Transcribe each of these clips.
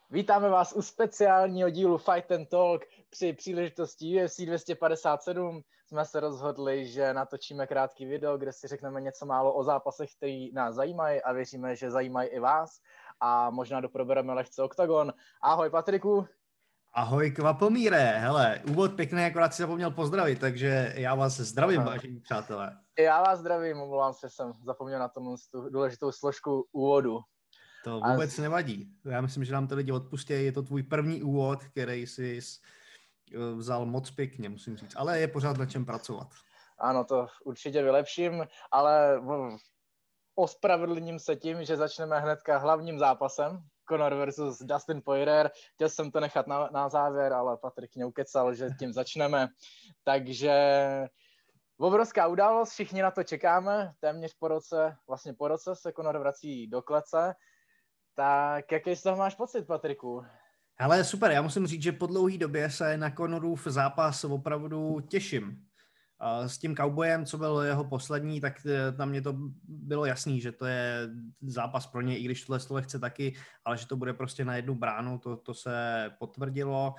Vítáme vás u speciálního dílu Fight and Talk. Při příležitosti UFC 257 jsme se rozhodli, že natočíme krátký video, kde si řekneme něco málo o zápasech, který nás zajímají a věříme, že zajímají i vás. A možná doprobereme lehce oktagon. Ahoj Patriku. Ahoj Kvapomíre, hele, úvod pěkný, akorát si zapomněl pozdravit, takže já vás zdravím, vážení přátelé. Já vás zdravím, omlouvám se, jsem zapomněl na tomu tu důležitou složku úvodu. To vůbec nevadí, já myslím, že nám to lidi odpustí, je to tvůj první úvod, který jsi vzal moc pěkně, musím říct, ale je pořád na čem pracovat. Ano, to určitě vylepším, ale ospravedlním se tím, že začneme hnedka hlavním zápasem, Conor versus Dustin Poirier. Chtěl jsem to nechat na závěr, ale Patrik mě ukecal, že tím začneme. Takže obrovská událost, všichni na to čekáme, téměř po roce se Conor vrací do klece. Tak jaký z toho máš pocit, Patriku? Hele, super, já musím říct, že po dlouhé době se na Conorův zápas opravdu těším. S tím Cowboyem, co byl jeho poslední, tak na mě to bylo jasný, že to je zápas pro ně, i když tohle to chce taky, ale že to bude prostě na jednu bránu, to se potvrdilo.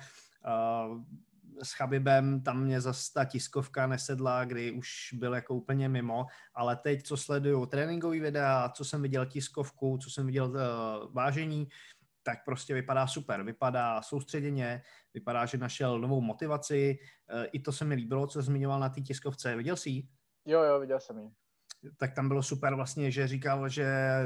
S Chabibem tam mě zase ta tiskovka nesedla, kdy už byl jako úplně mimo, ale teď, co sleduju tréninkový videa, co jsem viděl tiskovku, co jsem viděl vážení, tak prostě vypadá super, vypadá soustředěně, vypadá, že našel novou motivaci, i to se mi líbilo, co zmiňoval na té tiskovce, viděl jsi ji? Jo, viděl jsem ji. Tak tam bylo super vlastně, že říkal, že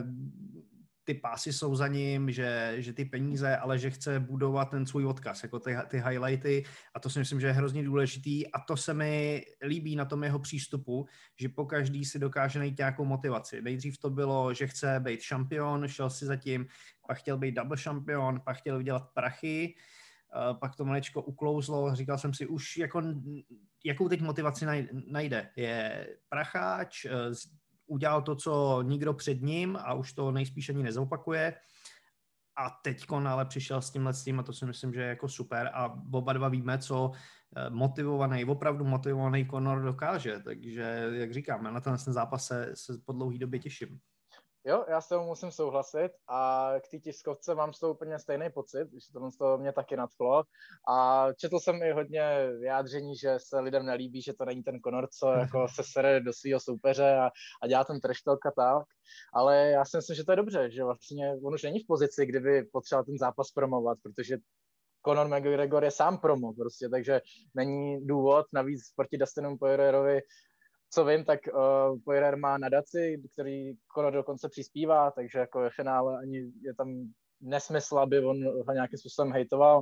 ty pásy jsou za ním, že ty peníze, ale že chce budovat ten svůj odkaz, jako ty highlighty, a to si myslím, že je hrozně důležitý a to se mi líbí na tom jeho přístupu, že pokaždý si dokáže najít nějakou motivaci. Nejdřív to bylo, že chce být šampion, šel si zatím, pak chtěl být double šampion, pak chtěl vydělat prachy, pak to maličko uklouzlo, říkal jsem si už, jakou teď motivaci najde. Je pracháč, udělal to, co nikdo před ním a už to nejspíš ani nezaopakuje. A teďkon ale přišel s tímhle a to si myslím, že je jako super a oba dva víme, co opravdu motivovaný Conor dokáže. Takže, jak říkám, na ten zápas se po dlouhé době těším. Jo, já s tím musím souhlasit a k té tiskovce mám s tou úplně stejný pocit, že to mě taky nadchlo a četl jsem i hodně vyjádření, že se lidem nelíbí, že to není ten Conor, co jako se sere do svého soupeře a dělá ten trash talk a tak, ale já si myslím, že to je dobře, že vlastně on už není v pozici, kdyby potřeboval ten zápas promovat, protože Conor McGregor je sám promo prostě, takže není důvod navíc proti Dustinu Poirierovi. Co vím, tak Poirier má nadaci, který Conor dokonce přispívá, takže jako ve finále ani je tam nesmysl, aby on ho nějakým způsobem hejtoval.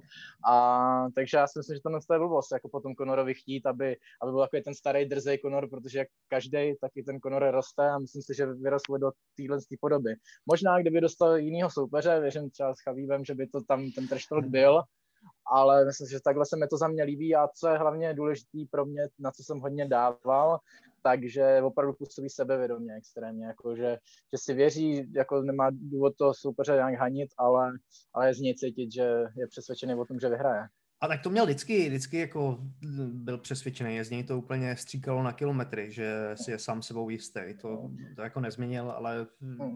Takže já si myslím, že to je blbost, jako potom Conorovi chtít, aby byl takový ten starý drzej Conor, protože jak každý, taky ten Conor roste a myslím si, že vyrostl do téhle podoby. Možná, kdyby dostal jinýho soupeře, věřím třeba s Chabibem, že by to tam ten trash talk byl, ale myslím, že takhle se mi to za mě líbí a co je hlavně důležitý pro mě, na co jsem hodně dával, takže opravdu působí sebevědomě extrémně, jako že si věří, jako nemá důvod toho soupeře nějak hanit, ale je z něj cítit, že je přesvědčený o tom, že vyhraje. A tak to měl vždycky jako byl přesvědčený, je z něj to úplně stříkalo na kilometry, že si je sám sebou jistý, to jako nezměnil, ale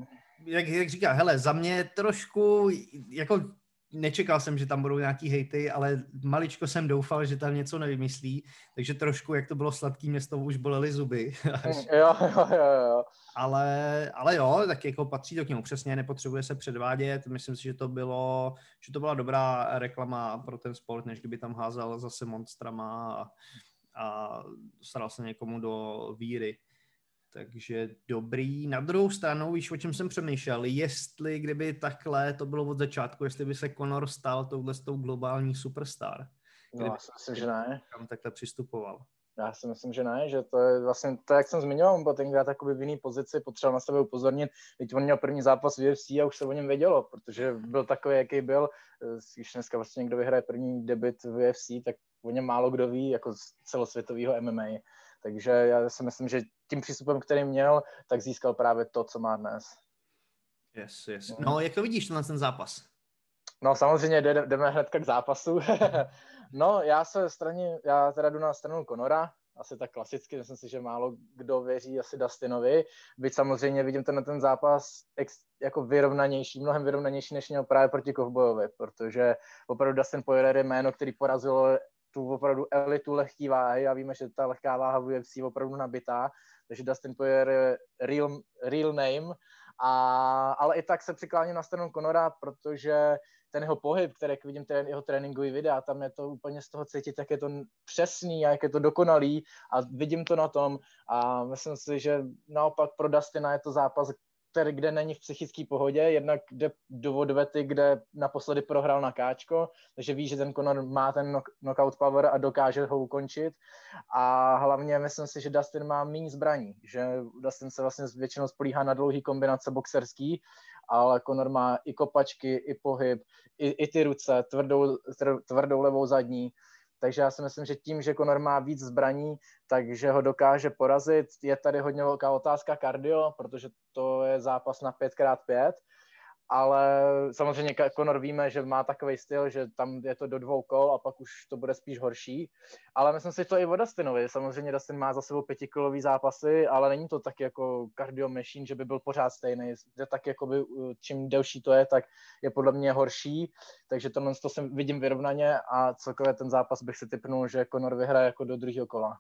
jak říká, hele, za mě trošku, jako nečekal jsem, že tam budou nějaký hejty, ale maličko jsem doufal, že tam něco nevymyslí, takže trošku, jak to bylo sladký, mě z toho už bolely zuby. Jo. Ale jo, tak jako patří to k němu přesně, nepotřebuje se předvádět, myslím si, že to byla dobrá reklama pro ten sport, než kdyby tam házel zase monstrama a staral se někomu do víry. Takže dobrý. Na druhou stranu, víš, o čem jsem přemýšlel, jestli kdyby takhle to bylo od začátku, jestli by se Conor stal tou globální superstar. No, já si myslím, že ne. Tam takhle přistupoval. Já si myslím, že ne, že to je vlastně to, jak jsem zmiňoval, byl tenkrát takový v jiný pozici, potřeboval na sebe upozornit, teď on měl první zápas v UFC a už se o něm vědělo, protože byl takový, jaký byl, když dneska vlastně někdo vyhraje první debut v UFC, tak o něm málo kdo ví, jako z celosvětového MMA. Takže já si myslím, že tím přístupem, který měl, tak získal právě to, co má dnes. Yes. No, jak to vidíš ten zápas? No, samozřejmě jdeme hned k zápasu. No, já teda jdu na stranu Conora. asi tak klasicky, myslím si, že málo kdo věří asi Dustinovi, byť samozřejmě vidím ten zápas jako vyrovnanější, mnohem vyrovnanější, než měl právě proti Kovbojovi, protože opravdu Dustin Poirier je jméno, který porazilo tu opravdu elitu lehký váhy a víme, že ta lehká váha v UFC je opravdu nabitá, takže Dustin Poirier je real name, ale i tak se přikláním na stranu Conora, protože ten jeho pohyb, který vidím, ten jeho tréninkový videa, tam je to úplně z toho cítit, jak je to přesný a jak je to dokonalý a vidím to na tom a myslím si, že naopak pro Dustina je to zápas, kde není v psychické pohodě, jednak jde do odvety, kde naposledy prohrál na káčko, takže ví, že ten Conor má ten knockout power a dokáže ho ukončit a hlavně myslím si, že Dustin má méně zbraní, že Dustin se vlastně většinou spolíhá na dlouhý kombinace boxerský, ale Conor má i kopačky, i pohyb, i ty ruce, tvrdou levou zadní, takže já si myslím, že tím, že Conor má víc zbraní, takže ho dokáže porazit. Je tady hodně velká otázka kardio, protože to je zápas na 5x5, ale samozřejmě Conor víme, že má takový styl, že tam je to do 2 kol a pak už to bude spíš horší, ale myslím si to i o Dustinovi. Samozřejmě Dustin má za sebou 5kilový zápasy, ale není to tak jako cardio machine, že by byl pořád stejný. Tak jakoby, čím delší to je, tak je podle mě horší, takže to si vidím vyrovnaně a celkově ten zápas bych si tipnul, že Conor vyhraje jako do 2. kola.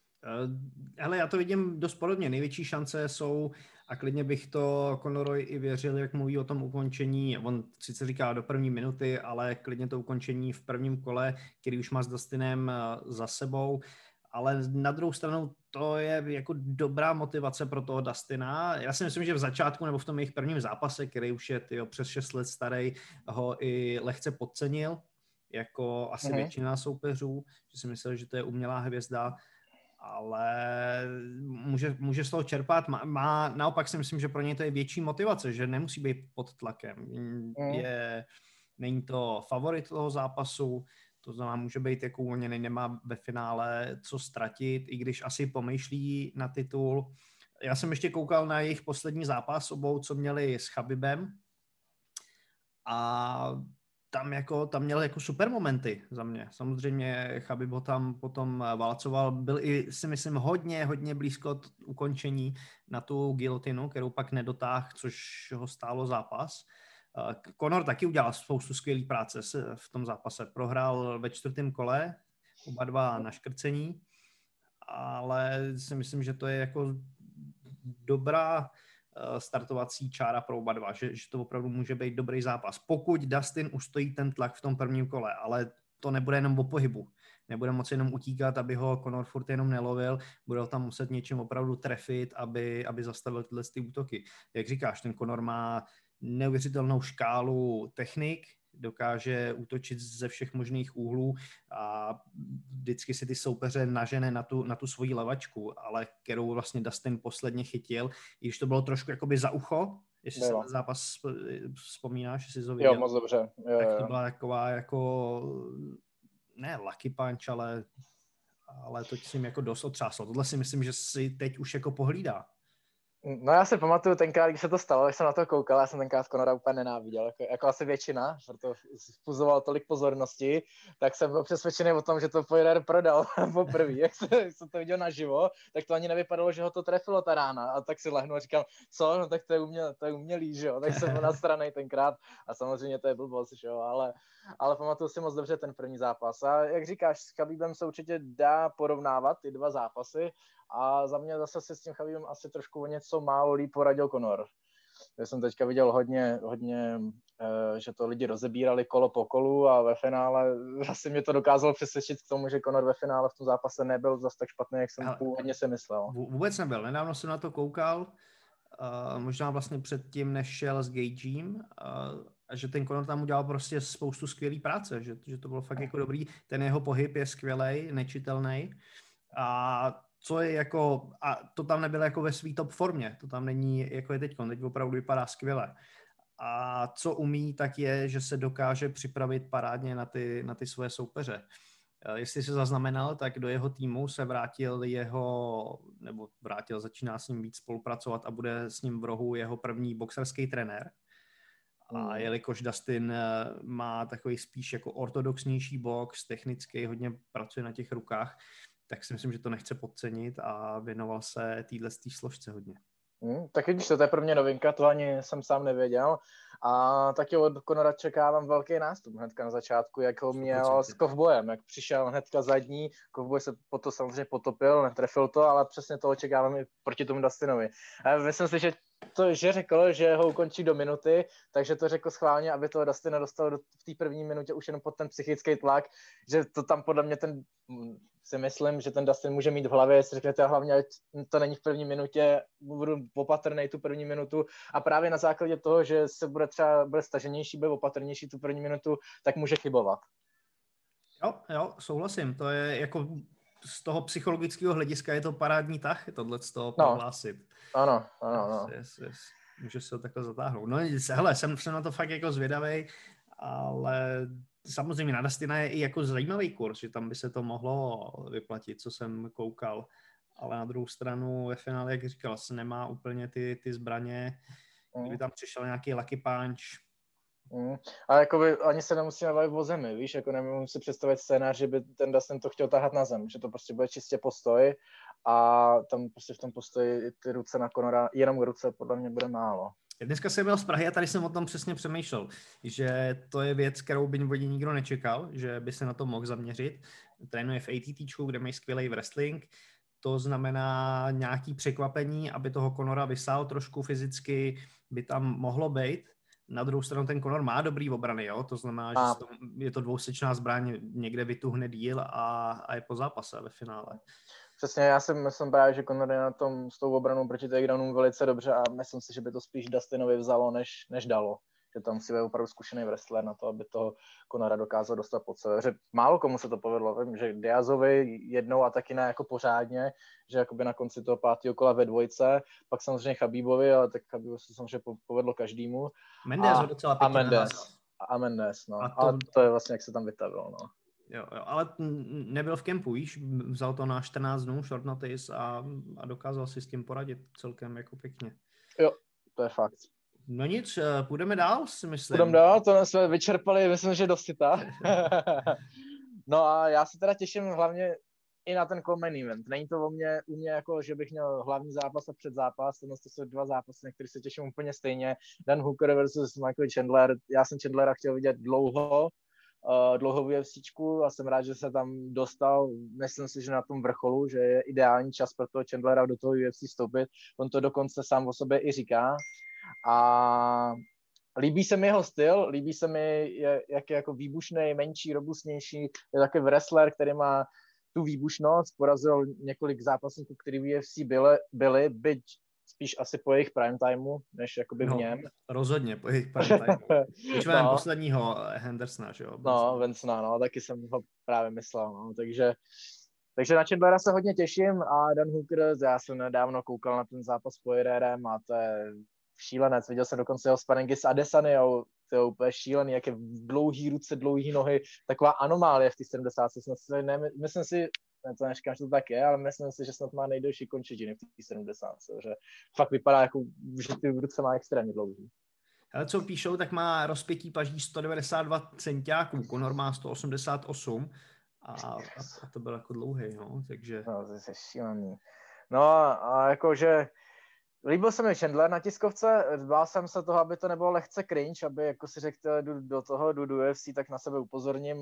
Hele, já to vidím dost podobně. Největší šance jsou, a klidně bych to Conorovi i věřil, jak mluví o tom ukončení, on sice říká do 1. minuty, ale klidně to ukončení v 1. kole, který už má s Dustinem za sebou, ale na druhou stranu to je jako dobrá motivace pro toho Dustina. Já si myslím, že v začátku nebo v tom jejich prvním zápase, který už je přes 6 let starý, ho i lehce podcenil, jako asi většina soupeřů, že si myslel, že to je umělá hvězda, ale může z toho čerpat. Naopak si myslím, že pro něj to je větší motivace, že nemusí být pod tlakem. Není to favorit toho zápasu, to znamená, může být jako uvolněný, nemá ve finále co ztratit, i když asi pomýšlí na titul. Já jsem ještě koukal na jejich poslední zápas obou, co měli s Chabibem a tam měl jako super momenty za mě. Samozřejmě Chabib ho tam potom válcoval, byl i si myslím hodně blízko ukončení na tu gilotinu, kterou pak nedotáhl, což ho stálo zápas. Conor taky udělal spoustu skvělý práce v tom zápase. Prohrál ve 4. kole, oba dva na škrcení, ale si myslím, že to je jako dobrá startovací čára pro oba dva, že to opravdu může být dobrý zápas. Pokud Dustin ustojí ten tlak v tom 1. kole, ale to nebude jenom o pohybu. Nebude moci jenom utíkat, aby ho Conor furt jenom nelovil, bude ho tam muset něčím opravdu trefit, aby zastavil tyhle útoky. Jak říkáš, ten Conor má neuvěřitelnou škálu technik, dokáže útočit ze všech možných úhlů a vždycky si ty soupeře nažene na tu svoji levačku, ale kterou vlastně Dustin posledně chytil, i když to bylo trošku jakoby za ucho, jestli se ten zápas vzpomínáš, jestli jsi to viděl. Jo, moc dobře. Tak to byla taková jako ne lucky punch, ale to si jim jako dost otřáslo. Tohle si myslím, že si teď už jako pohlídá. No já si pamatuju tenkrát, když se to stalo, když jsem na to koukal, já jsem tenkrát Conora úplně nenáviděl, jako asi většina, proto spuzoval tolik pozornosti, tak jsem byl přesvědčený o tom, že to Poirier prodal poprvé. Jak jsem to viděl naživo, tak to ani nevypadalo, že ho to trefilo ta rána a tak si lehnu a říkám, co, no tak to je umělý, že jo, tak jsem byl nastranej tenkrát a samozřejmě to je blbost, že jo, ale pamatuju si moc dobře ten první zápas a jak říkáš, s Khabibem se určitě dá porovnávat ty dva zápasy, a za mě zase si s tím Chabibem asi trošku o něco málo líp poradil Conor. Já jsem teďka viděl hodně, že to lidi rozebírali kolo po kolu a ve finále asi mě to dokázalo přesvědčit k tomu, že Conor ve finále v tom zápase nebyl zase tak špatný, jak jsem původně si myslel. Vůbec nebyl. Nedávno jsem na to koukal, možná vlastně předtím, než šel s Gagem, a že ten Conor tam udělal prostě spoustu skvělý práce, že to bylo fakt jako dobrý. Ten jeho pohyb je skvělej, nečitelný. A co je jako, a to tam nebylo jako ve svý top formě, to tam není jako je teď opravdu vypadá skvěle. A co umí, tak je, že se dokáže připravit parádně na ty svoje soupeře. Jestli se zaznamenal, tak do jeho týmu se začíná s ním víc spolupracovat a bude s ním v rohu jeho první boxerský trenér. A jelikož Dustin má takový spíš jako ortodoxnější box, technicky hodně pracuje na těch rukách, tak si myslím, že to nechce podcenit a věnoval se téhle složce hodně. Tak vidíš, to je pro mě novinka, to ani jsem sám nevěděl. A taky od Conora čekávám velký nástup hnedka na začátku, jak ho měl 100%. S Kovbojem, jak přišel hnedka zadní, Kovboj se po to samozřejmě potopil, netrefil to, ale přesně to očekávám i proti tomu Dustinovi. A myslím si, že řekl, že ho ukončí do minuty, takže to řekl schválně, aby toho Dustina dostal v té první minutě už jenom pod ten psychický tlak, že to tam podle mě si myslím, že ten Dustin může mít v hlavě, jestli řeknete hlavně, ať to není v první minutě, budu opatrnej tu první minutu a právě na základě toho, že se bude staženější, bude opatrnější tu první minutu, tak může chybovat. Jo, souhlasím, to je jako z toho psychologického hlediska je to parádní tah, tohle z toho prohlásit. Ano. Yes. Může se to takhle zatáhnout. No hele, jsem na to fakt jako zvědavej, ale samozřejmě na Dustina je i jako zajímavý kurz, že tam by se to mohlo vyplatit, co jsem koukal, ale na druhou stranu ve finále, jak říkal, se nemá úplně ty zbraně, kdyby tam přišel nějaký lucky punch. A jakoby ani se nemusíme bavit o zemi, víš, jako nemůžu si představit scénář, že by ten Dustin to chtěl tahat na zem, že to prostě bude čistě postoj a tam prostě v tom postoji ty ruce na Conora, jenom ruce podle mě bude málo. Dneska jsem byl z Prahy a tady jsem o tom přesně přemýšlel, že to je věc, kterou by nikdo nečekal, že by se na to mohl zaměřit. Trénuje v ATTčku, kde mají skvělý wrestling, to znamená nějaký překvapení, aby toho Conora vysál trošku fyzicky, by tam mohlo být. Na druhou stranu ten Conor má dobrý obrany, jo? To znamená, že je to dvousečná zbraň, někde vytuhne díl a je po zápase ve finále. Přesně, já si myslím právě, že Conor je na tom s tou obranou proti takedownům velice dobře a myslím si, že by to spíš Dustinovi vzalo, než dalo. Že tam si je opravdu zkušený wrestler na to, aby toho Conora dokázal dostat pod sebe. Že málo komu se to povedlo, vím, že Diazovi jednou a taky ne jako pořádně, že jakoby na konci toho 5. kola ve dvojce, pak samozřejmě Khabibovi, ale tak Khabibovi se samozřejmě povedlo každému. Mendes ho docela pěkně a Mendes, no. A to je vlastně, jak se tam vytavil, no. Jo, ale nebyl v kempu, víš, vzal to na 14 dnů, short notice a dokázal si s tím poradit celkem jako pěkně. Jo, to je fakt. No nic, půjdeme dál, si myslím. Půjdeme dál, to jsme vyčerpali, myslím, že dosyta. No a já se teda těším hlavně i na ten common event. Není to u mě jako, že bych měl hlavní zápas a předzápas, to jsou dva zápasy, na které se těším úplně stejně. Dan Hooker versus Michael Chandler. Já jsem Chandlera chtěl vidět dlouho v UFCčku a jsem rád, že se tam dostal. Myslím si, že na tom vrcholu, že je ideální čas pro toho Chandlera do toho UFC vstoupit. On to dokonce sám o sobě i říká. A líbí se mi jeho styl, líbí se mi, jak je jako výbušný, menší, robustnější. Je takový wrestler, který má tu výbušnost, porazil několik zápasníků, který v UFC byli, byť spíš asi po jejich prime timeu, než jakoby v něm. Rozhodně po jejich prime timeu. Když mám posledního Hendersona, že jo? Vincena, no, taky jsem ho právě myslel, no, takže na Chandlera se hodně těším a Dan Hooker, já jsem nedávno koukal na ten zápas s Poirierem a to je šílenec, viděl jsem dokonce jeho sparingy s Adesanyou, to je úplně šílený, jak je dlouhý ruce, dlouhý nohy, taková anomálie v té 70. Myslím si, to neříkám, že to tak je, ale myslím si, že snad má nejdelší končetiny v té 70. Že fakt vypadá jako, že ty ruce má extrémně dlouhý. Ale co píšou, tak má rozpětí paží 192 centiáků, Conor má 188 a to byl jako dlouhý, no, takže... No, to je šílený. No a jakože líbil se mi Chandler na tiskovce, bál jsem se toho, aby to nebylo lehce cringe, aby jako si řekl, jdu do UFC, tak na sebe upozorním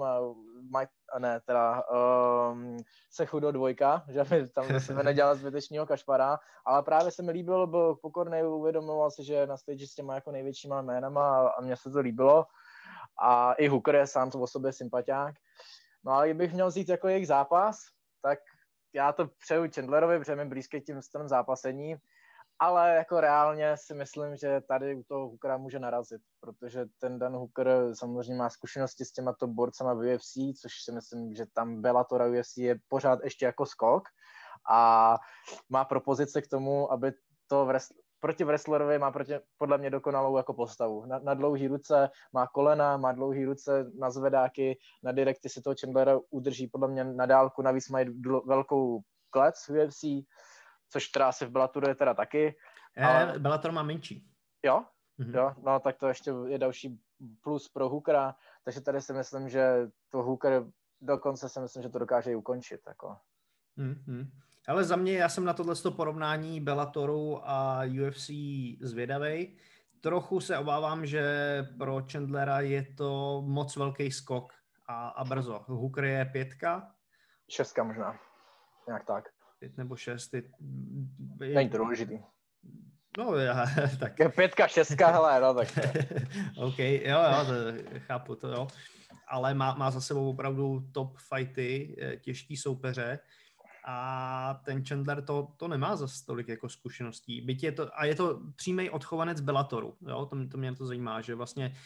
se chudo dvojka, že mi tam se nedělal zbytečného kašpara, ale právě se mi líbil, byl pokorný, uvědomoval si, že na stage s těma jako největšíma jménama a mně se to líbilo a i Hooker je sám to o sobě sympatiák. No ale kdybych měl vzít jako jejich zápas, tak já to přeju Chandlerovi, protože mi blízké tím stylem zápasení, ale jako reálně si myslím, že tady u toho Hookera může narazit, protože ten Dan Hooker samozřejmě má zkušenosti s těmato borcema v UFC, což si myslím, že tam Bellator a UFC je pořád ještě jako skok a má propozice k tomu, aby to proti wrestlerovi má podle mě dokonalou jako postavu. Na dlouhý ruce má kolena, má dlouhý ruce na zvedáky, na direkty si toho Chandlera udrží podle mě na dálku, navíc mají velkou klec v UFC, což teda asi v Bellatoru je teda taky. Ale Bellator má menší. Jo? Mm-hmm. Jo? No tak to ještě je další plus pro Hookera, takže tady si myslím, že to Hooker dokonce si myslím, že to dokáže i ukončit. Jako. Ale za mě, já jsem na tohleto porovnání Bellatoru a UFC zvědavej. Trochu se obávám, že pro Chandlera je to moc velký skok a brzo. Hooker je 5, 6 možná, nějak tak. 5 nebo 6. Není to důležitý. No, tak. 5, 6, hele, no tak. OK, jo, to chápu to, jo. Ale má za sebou opravdu top fighty, těžký soupeře a ten Chandler to nemá za tolik jako zkušeností. Byť je to přímý odchovanec Bellatoru, jo, to mě to zajímá, že vlastně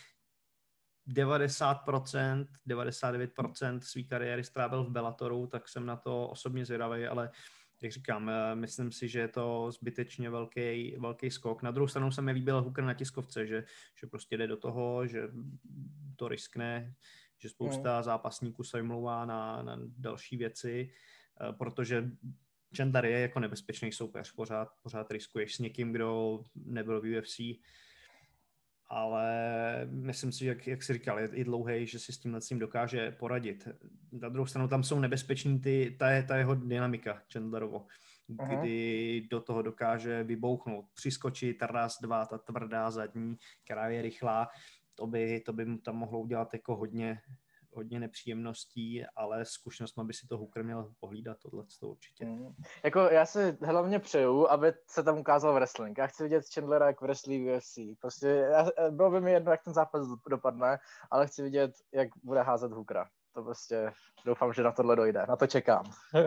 90%, 99% své kariéry strávil v Bellatoru, tak jsem na to osobně zvědavý, ale jak říkám, myslím si, že je to zbytečně velký skok. Na druhou stranu se mi líbil Hooker na tiskovce, že prostě jde do toho, že to riskne, že spousta zápasníků se vymlouvá na další věci, protože Chandler je jako nebezpečný soupeř, pořád riskuješ s někým, kdo nebyl v UFC, ale myslím si, jak jsi říkal, je i dlouhý, že si s tímhle dokáže poradit. Na druhou stranu tam jsou nebezpeční ta jeho dynamika Chandlerovo, kdy do toho dokáže vybouchnout, přiskočit raz, dva, ta tvrdá zadní, která je rychlá, to by mu tam mohlo udělat jako hodně nepříjemností, ale zkušenostma by si to Hooker měl pohlídat, tohleto určitě. Jako já si hlavně přeju, aby se tam ukázal wrestling. Já chci vidět Chandlera jak wrestlí v UFC. Prostě bylo by mi jedno, jak ten zápas dopadne, ale chci vidět, jak bude házet Hookera. To prostě doufám, že na tohle dojde. Na to čekám.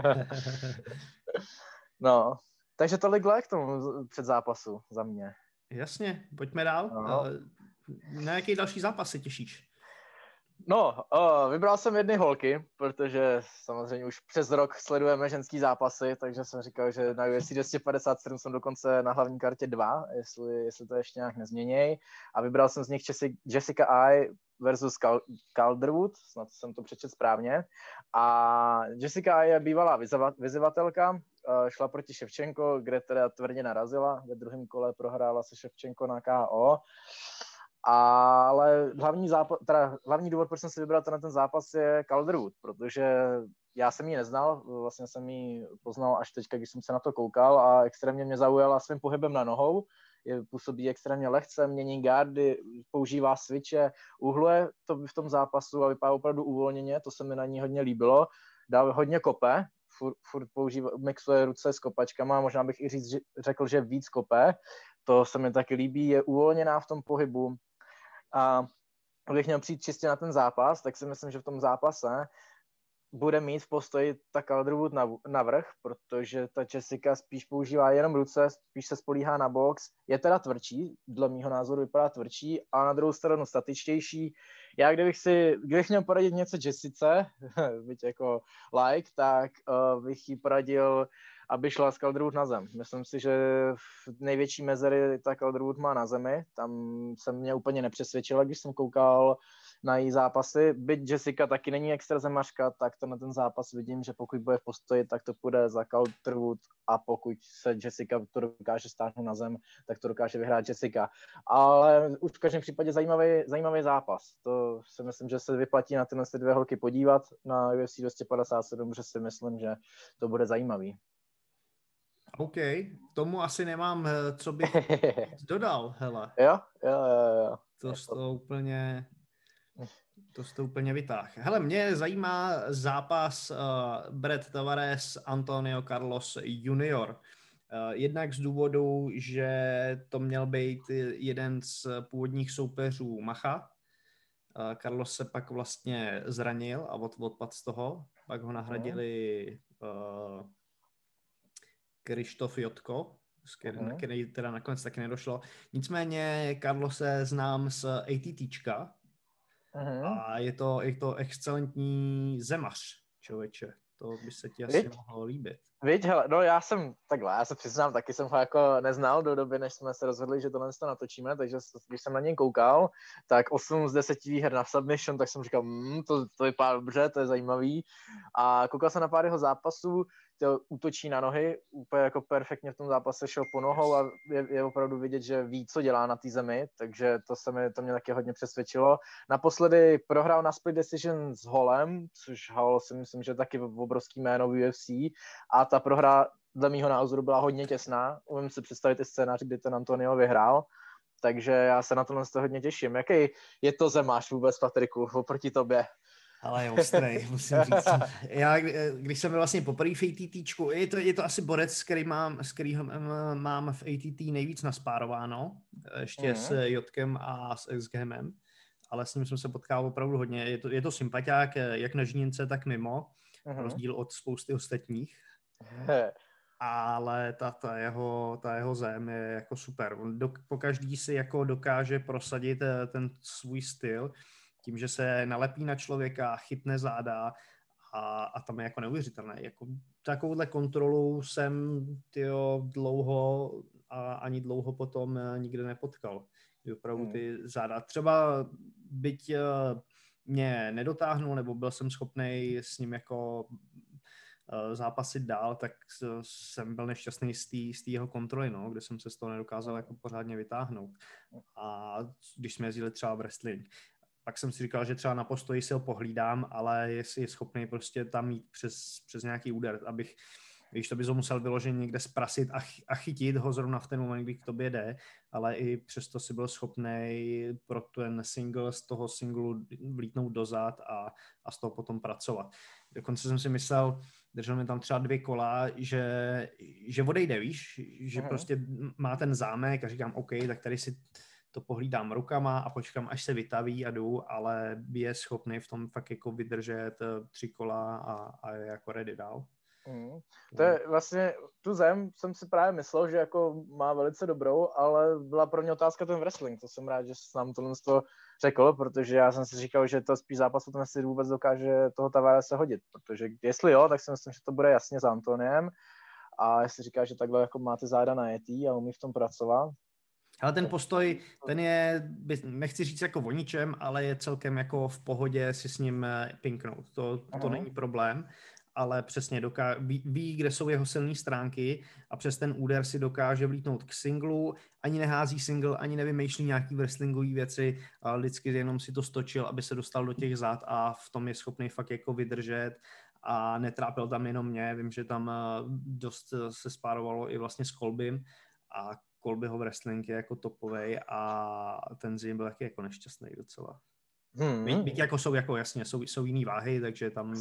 No, takže tolik k tomu před zápasu za mě. Jasně, pojďme dál. No. Na jaký další zápas se těšíš? No, vybral jsem jedny holky, protože samozřejmě už přes rok sledujeme ženský zápasy, takže jsem říkal, že na UFC 257 jsem dokonce na hlavní kartě 2, jestli to ještě nějak nezměněj. A vybral jsem z nich Jessica Eye versus Calderwood, snad jsem to přečetl správně. A Jessica Eye je bývalá vyzývatelka, šla proti Ševčenko, kde teda tvrdě narazila. Ve druhém kole prohrála se Ševčenko na KO. Ale hlavní důvod, proč jsem si vybral ten zápas, je Calderwood, protože já jsem ji neznal, vlastně jsem ji poznal až teďka, když jsem se na to koukal a extrémně mě zaujala svým pohybem na nohou, působí extrémně lehce, mění gardy, používá switche, uhluje to v tom zápasu a vypadá opravdu uvolněně, to se mi na ní hodně líbilo, dá hodně kope, furt mixuje ruce s kopačkama, možná bych i řekl, že víc kope, to se mi taky líbí, je uvolněná v tom pohybu. A kdybych měl přijít čistě na ten zápas, tak si myslím, že v tom zápase bude mít v postoji ta Calderwood navrch, protože ta Jessica spíš používá jenom ruce, spíš se spolíhá na box. Je teda tvrdší, dle mýho názoru vypadá tvrdší, a na druhou stranu statičtější. Já kdybych měl poradit něco Jessice, byť jako like, tak bych jí poradil, aby šla s Calderwood na zem. Myslím si, že největší mezery ta Calderwood má na zemi. Tam se mě úplně nepřesvědčila, když jsem koukal na její zápasy. Byť Jessica taky není extra zemařka, tak to na ten zápas vidím, že pokud bude v postoji, tak to půjde za Calderwood, a pokud se Jessica to dokáže stáhnout na zem, tak to dokáže vyhrát Jessica. Ale už v každém případě zajímavý zápas. To si myslím, že se vyplatí na tyhle dvě holky podívat na UFC 257, že si myslím, že to bude zajímavý. OK, tomu asi nemám, co bych dodal, hele. Jo. To jsi to úplně vytáhl. Hele, mě zajímá zápas Brett Tavares Antonio Carlos Junior. Jednak z důvodu, že to měl být jeden z původních soupeřů Macha. Carlos se pak vlastně zranil a odpadl z toho. Pak ho nahradili Krištof Jotko, který teda nakonec taky nedošlo. Nicméně Carlose znám z ATTčka a je to excelentní zemař, člověče. To by se ti asi mohlo líbit. Víš, hele, no já se přiznám, taky jsem ho jako neznal do doby, než jsme se rozhodli, že tohle to natočíme, takže když jsem na něj koukal, tak 8 z 10 výher na submission, tak jsem říkal, to vypadá dobře, to je zajímavý. A koukal jsem na pár jeho zápasů, to útočí na nohy, úplně jako perfektně v tom zápase šel po nohou a je opravdu vidět, že ví, co dělá na té zemi, takže to mě taky hodně přesvědčilo. Naposledy prohrál na split decision s Holem, což Hall si myslím, že taky obrovský jméno v UFC, a ta prohra dle mýho názoru byla hodně těsná. Umím si představit i scénář, kdy ten Antonio vyhrál, takže já se na tohle hodně těším. Jaký je to zemáš vůbec, Patriku, oproti tobě? Ale je ostrej, musím říct. Já, když jsem byl vlastně poprvé v ATTčku, je to asi borec, s kterým mám v ATT nejvíc naspárováno, ještě s Jotkem a s XGMem, ale s ním jsem se potkal opravdu hodně. Je to sympatiák, jak na žíněnce, tak mimo, rozdíl od spousty ostatních. Ale ta jeho zem je jako super. On pokaždý si jako dokáže prosadit ten svůj styl, tím, že se nalepí na člověka, chytne záda a tam je jako neuvěřitelné. Jako takovouhle kontrolu jsem dlouho a ani dlouho potom nikde nepotkal. Opravdu ty záda. Třeba byť mě nedotáhnul, nebo byl jsem schopnej s ním jako zápasit dál, tak jsem byl nešťastný z té jeho kontroly, no, kde jsem se z toho nedokázal jako pořádně vytáhnout. A když jsme jezdili třeba v wrestling, pak jsem si říkal, že třeba na postoji si ho pohlídám, ale jestli je schopný prostě tam jít přes nějaký úder, abych, víš, to bys ho musel vyloženě někde zprasit a chytit ho zrovna v ten moment, kdy k tobě jde, ale i přesto si byl schopný pro ten single z toho singlu vlítnout dozad a z toho potom pracovat. Dokonce jsem si myslel, držel mi tam třeba 2 kola, že odejde, víš, že prostě má ten zámek a říkám, OK, tak tady si to pohlídám rukama a počkám, až se vytaví a jdu, ale je schopný v tom fakt jako vydržet 3 kola a je jako ready dál. To je vlastně, tu zem jsem si právě myslel, že jako má velice dobrou, ale byla pro mě otázka ten wrestling, to jsem rád, že jsi nám tohle řekl, protože já jsem si říkal, že to spíš zápas o tom, jestli vůbec dokáže toho Tavarese hodit, protože jestli jo, tak si myslím, že to bude jasně s Antoniem, a jestli říká, že takhle jako má ty záda najetý a umí v tom pracovat. Ale ten postoj, ten je, nechci říct jako o ničem, ale je celkem jako v pohodě si s ním pinknout. To není problém, ale přesně ví, kde jsou jeho silné stránky a přes ten úder si dokáže vlítnout k singlu, ani nehází single, ani nevymýšlí nějaký wrestlingové věci, ale vždycky jenom si to stočil, aby se dostal do těch zád a v tom je schopný fakt jako vydržet a netrápil tam jenom mě. Vím, že tam dost se spárovalo i vlastně s Kolbym a Kolbyho wrestling je jako topovej a ten Zim byl taky jako nešťastný docela. Byť jako jsou jako jasně, jsou jiný váhy, takže tam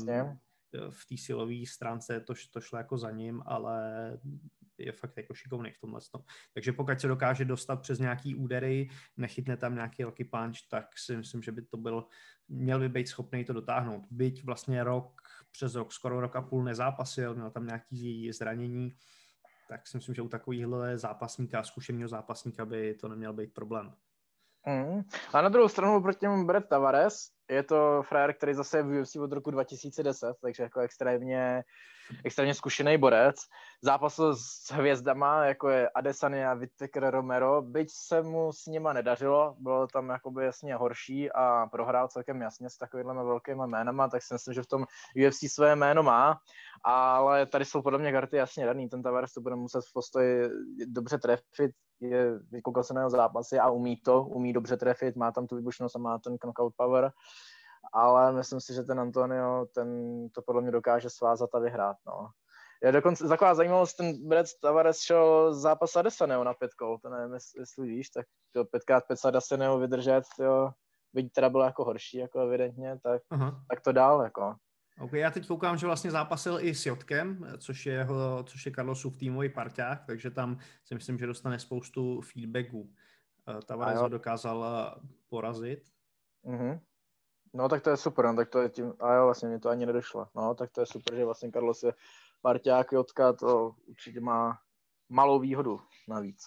v té silové stránce to šlo jako za ním, ale je fakt jako šikovný v tomhle. Takže pokud se dokáže dostat přes nějaký údery, nechytne tam nějaký velký punch, tak si myslím, že by to měl by být schopný to dotáhnout. Byť vlastně přes rok, skoro rok a půl nezápasil, měl tam nějaký zranění, tak si myslím, že u takovýchhle zápasníka, zkušeného zápasníka by to neměl být problém. A na druhou stranu proti němu Brett Tavares, je to frajer, který zase je v UFC od roku 2010, takže jako extrémně zkušený borec. Zápasil s hvězdama, jako je Adesanya, Whittaker, Romero, byť se mu s nima nedařilo, bylo tam jakoby jasně horší a prohrál celkem jasně s takovýhlema velkýma jménama, tak si myslím, že v tom UFC své jméno má, ale tady jsou podle mě karty jasně daný, ten Tavares to bude muset v postoji dobře trefit, vykoukal se na jeho zápasy a umí dobře trefit, má tam tu výbušnost a má ten knockout power, ale myslím si, že ten Antonio, ten to podle mě dokáže svázat a vyhrát, no. Je dokonce taková zajímavost, ten Brett Tavares šel zápas Adesaneo na 5 kol, to nevím, jestli víš, tak 5x5 s Adesaneo vydržet, byť teda bylo jako horší, jako evidentně, tak to dál, jako. OK, já teď koukám, že vlastně zápasil i s Jotkem, což je Carlosův týmový parťák, takže tam si myslím, že dostane spoustu feedbacků. Tavares ho dokázal porazit. No tak to je super, no, tak to je tím, a jo, vlastně mi to ani nedošlo. No, tak to je super, že vlastně Carlos je parťák, Jotka, to určitě má malou výhodu navíc.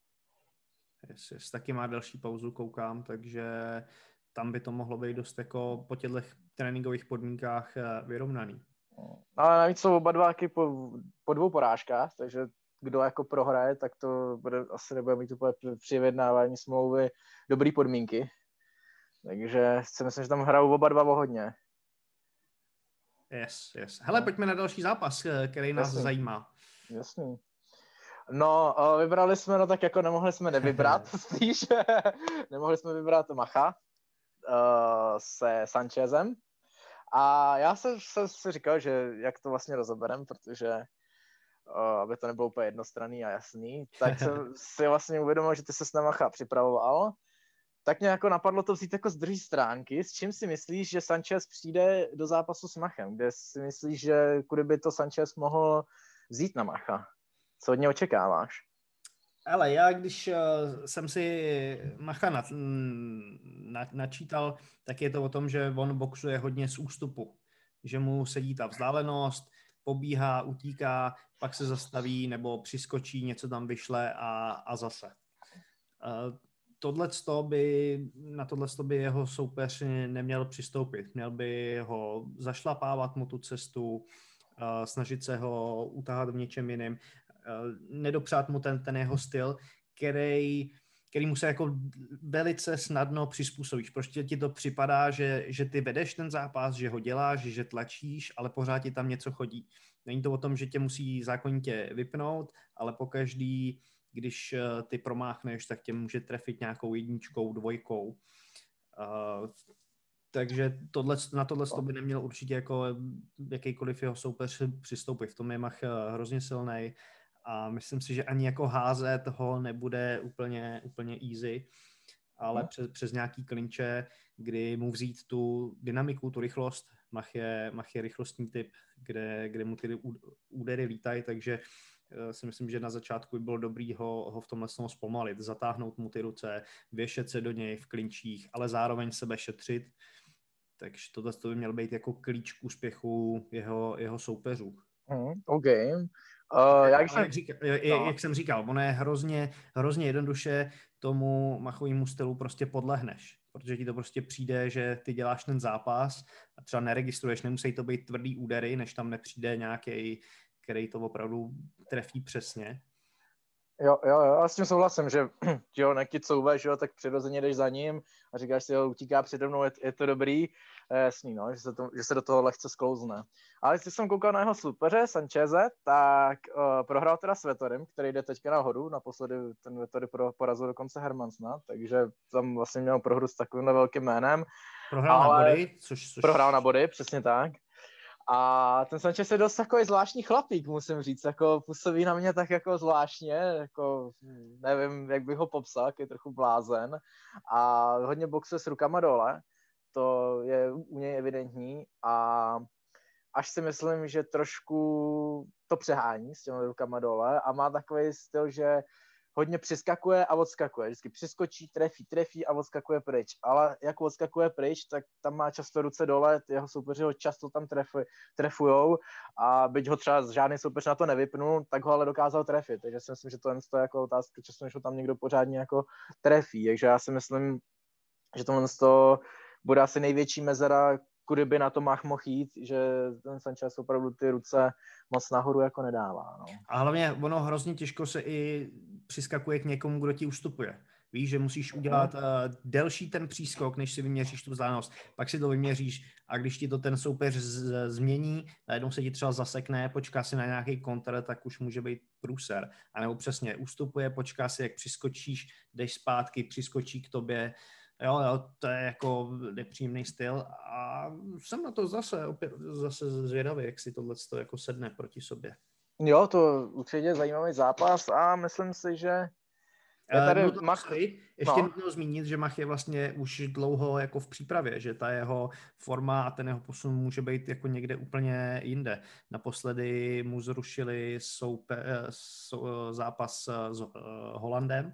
Yes, taky má další pauzu, koukám, takže tam by to mohlo být dost jako po těchto tréninkových podmínkách vyrovnaný. Ale navíc jsou oba dva po 2 porážkách, takže kdo jako prohraje, tak to asi nebude mít úplně při vyjednávání smlouvy dobrý podmínky. Takže si myslím, že tam hrajou oba dva o hodně. Yes. Hele, pojďme na další zápas, který nás zajímá. Jasný. No, vybrali jsme, no tak jako nemohli jsme nevybrat, spíš. Nemohli jsme vybrat Macha se Sanchezem. A já jsem si říkal, že jak to vlastně rozoberem, protože aby to nebylo úplně jednostranný a jasný, tak jsem si vlastně uvědomil, že ty se na Macha připravoval. Tak mě jako napadlo to vzít jako z druhé stránky. S čím si myslíš, že Sanchez přijde do zápasu s Machem? Kde si myslíš, že kudy by to Sanchez mohl vzít na Macha? Co od něj očekáváš? Ale já, když jsem si Macha načítal, tak je to o tom, že on boxuje hodně z ústupu. Že mu sedí ta vzdálenost, pobíhá, utíká, pak se zastaví nebo přiskočí, něco tam vyšle a zase. Na tohleto by jeho soupeř neměl přistoupit. Měl by ho zašlapávat mu tu cestu, snažit se ho utahat v něčem jiném, nedopřát mu ten jeho styl, který mu se jako velice snadno přizpůsobíš. Prostě ti to připadá, že ty vedeš ten zápas, že ho děláš, že tlačíš, ale pořád ti tam něco chodí. Není to o tom, že tě musí zákonitě vypnout, ale pokaždý, když ty promáchneš, tak tě může trefit nějakou 1, 2. Takže na tohle by neměl určitě jako jakýkoliv jeho soupeř přistoupit. V tom je Mach hrozně silnej a myslím si, že ani jako házet ho nebude úplně easy, ale přes nějaký klinče, kdy mu vzít tu dynamiku, tu rychlost. Mach je rychlostní typ, kde mu ty údery lítají, takže si myslím, že na začátku by bylo dobrý ho v tomhle zpomalit, zatáhnout mu ty ruce, věšet se do něj v klinčích, ale zároveň sebe šetřit. Takže tohle by měl být jako klíč k úspěchu jeho soupeřů. OK. Jak jsem říkal, ono je hrozně jednoduše tomu Machovému stylu prostě podlehneš, protože ti to prostě přijde, že ty děláš ten zápas a třeba neregistruješ, nemusí to být tvrdý údery, než tam nepřijde nějaký, který to opravdu trefí přesně. Jo, já s tím souhlasím, že jo, nekdy couveš, jo, tak přirozeně jdeš za ním a říkáš si, jo, utíká přede mnou, je to dobrý, jasný, no, že se do toho lehce sklouzne. Ale když jsem koukal na jeho soupeře, Sancheze, tak prohrál teda s Vettorym, který jde teďka nahoru, naposledy ten Vettory porazil dokonce Hermansna, takže tam vlastně měl prohru s takovým velkým jménem. Prohrál na body, což... Prohrál na body, přesně tak. A ten Sanchez je dost takový zvláštní chlapík, musím říct, jako působí na mě tak jako zvláštně, jako nevím, jak bych ho popsal, je trochu blázen a hodně boxuje s rukama dole, to je u něj evidentní a až si myslím, že trošku to přehání s těmi rukama dole a má takový styl, že hodně přiskakuje a odskakuje. Vždycky přiskočí, trefí a odskakuje pryč. Ale jak odskakuje pryč, tak tam má často ruce dole, jeho soupeři ho často tam trefujou a byť ho třeba žádný soupeř na to nevypnul, tak ho ale dokázal trefit. Takže si myslím, že to je jako otázka často, než ho tam někdo pořádně jako trefí. Takže já si myslím, že tohle bude asi největší mezera, kudy by na to Mach mohl jít, že ten Sanchez opravdu ty ruce moc nahoru jako nedává. No. A hlavně ono hrozně těžko se i přiskakuje k někomu, kdo ti ustupuje. Víš, že musíš udělat delší ten přískok, než si vyměříš tu vzdálenost. Pak si to vyměříš a když ti to ten soupeř změní, najednou se ti třeba zasekne, počká si na nějaký kontr, tak už může být průser. A nebo přesně ustupuje, počká si, jak přiskočíš, jdeš zpátky, přiskočí k tobě. Jo, to je jako nepříjemný styl a jsem na to zase zvědavý, jak si tohle jako sedne proti sobě. Jo, to určitě je zajímavý zápas a myslím si, že je tady Mach... Ještě nutno zmínit, že Mach je vlastně už dlouho jako v přípravě, že ta jeho forma a ten jeho posun může být jako někde úplně jinde. Naposledy mu zrušili zápas s Holandem,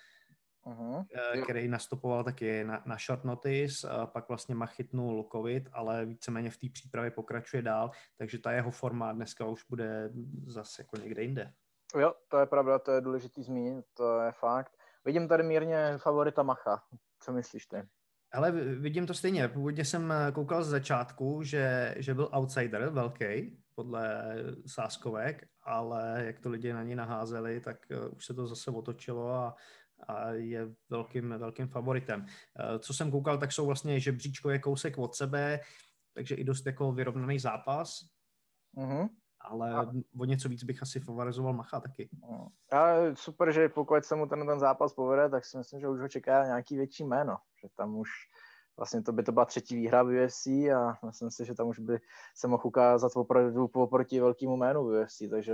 který nastupoval taky na short notice, pak vlastně Mach chytnul covid, ale víceméně v té přípravě pokračuje dál, takže ta jeho forma dneska už bude zase jako někde jinde. Jo, to je pravda, to je důležitý zmínit, to je fakt. Vidím tady mírně favorita Macha. Co myslíš ty? Ale vidím to stejně. Původně jsem koukal z začátku, že byl outsider velký podle sázkovek, ale jak to lidi na ní naházeli, tak už se to zase otočilo a je velkým favoritem. Co jsem koukal, tak jsou vlastně žebříčkově kousek od sebe, takže i dost jako vyrovnaný zápas. Mm-hmm. Ale o něco víc bych asi favorizoval Macha taky. A super, že pokud se mu ten zápas povede, tak si myslím, že už ho čeká nějaký větší jméno. Že tam už vlastně to by to byla třetí výhra v UFC a myslím si, že tam už by se mohl ukázat oproti velkému jménu v UFC, takže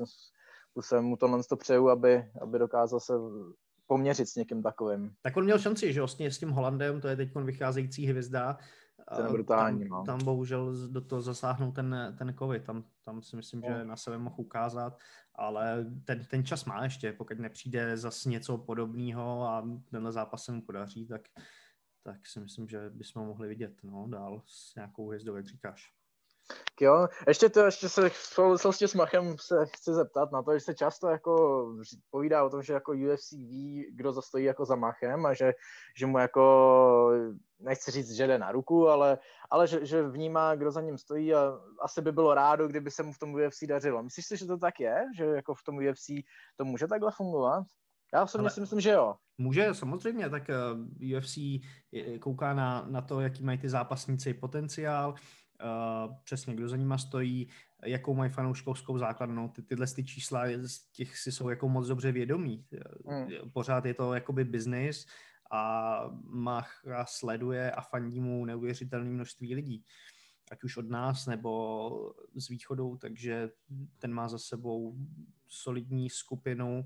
jsem mu tohle přeju, aby dokázal se poměřit s někým takovým. Tak on měl šanci, že vlastně s tím Holandem, to je teď vycházející hvězda. To je brutální, tam bohužel do toho zasáhnul ten covid, tam si myslím, že na sebe mohl ukázat, ale ten čas má ještě, pokud nepřijde zase něco podobného a tenhle zápas se mu podaří, tak si myslím, že bychom mohli vidět dál s nějakou hvězdou, jak říkáš. Jo, ještě se v souvislosti s Machem se chci zeptat na to, že se často jako povídá o tom, že jako UFC ví, kdo zastojí jako za Machem a že mu jako, nechci říct, že jde na ruku, ale že vnímá, kdo za ním stojí a asi by bylo rádo, kdyby se mu v tom UFC dařilo. Myslíš si, že to tak je? Že jako v tom UFC to může takhle fungovat? Já osobně si myslím, že jo. Může, samozřejmě, tak UFC kouká na to, jaký mají ty zápasníci potenciál, přesně kdo za nima stojí, jakou mají fanouškovskou základnou, tyhle čísla z těch si jsou jako moc dobře vědomí. Pořád je to jakoby business a Macha sleduje a fandí mu neuvěřitelné množství lidí, ať už od nás nebo z východu, takže ten má za sebou solidní skupinu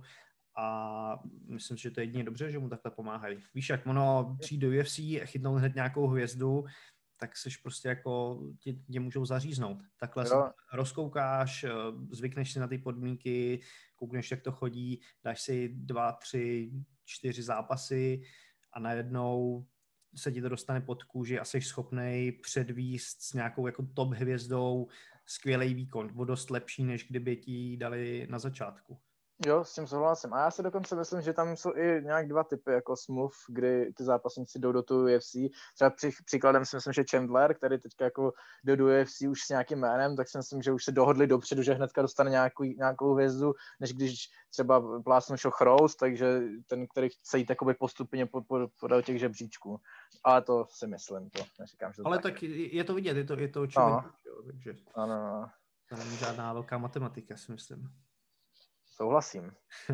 a myslím si, že to je jedině dobře, že mu takhle pomáhají. Víš, jak ono přijít do UFC, chytnout hned nějakou hvězdu, tak seš prostě jako tě můžou zaříznout. Takhle se rozkoukáš, zvykneš si na ty podmínky, koukneš, jak to chodí, dáš si 2, 3, 4 zápasy a najednou se ti to dostane pod kůži a jsi schopnej předvíst s nějakou jako top hvězdou skvělý výkon, o dost lepší, než kdyby ti dali na začátku. Jo, s tím souhlasím. A já si dokonce myslím, že tam jsou i nějak dva typy jako smluv, kdy ty zápasníci jdou do toho UFC. Třeba příkladem si myslím, že Chandler, který teďka jako jde do UFC už s nějakým jménem, tak si myslím, že už se dohodli dopředu, že hnedka dostane nějakou hvězdu, než když třeba plásnu Rose, takže ten, který chce jít postupně podél těch žebříčků. Ale to si myslím, to neříkám, že to ale tak je to vidět, je to očividné. No. Takže ano. To není žádná velká matematika, si myslím. Souhlasím.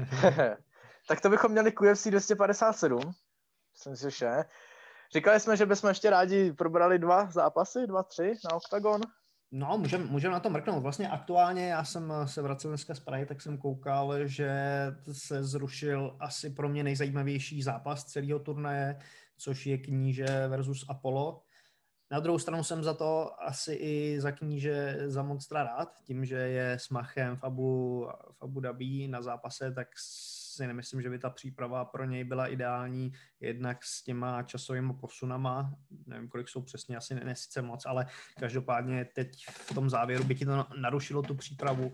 Tak to bychom měli k UFC 257. Myslím si, že říkali jsme, že bychom ještě rádi probrali 2 zápasy, 2, 3 na Octagon. No, můžeme na to mrknout. Vlastně aktuálně já jsem se vracel dneska z Prahy, tak jsem koukal, že se zrušil asi pro mě nejzajímavější zápas celého turnaje, což je Kníže versus Apollo. Na druhou stranu jsem za to asi i za Kníže za Monstra rád, tím, že je s Machem v Abu Dhabi na zápase, tak si nemyslím, že by ta příprava pro něj byla ideální, jednak s těma časovými posunama, nevím, kolik jsou přesně, asi ne sice moc, ale každopádně teď v tom závěru by ti to narušilo tu přípravu.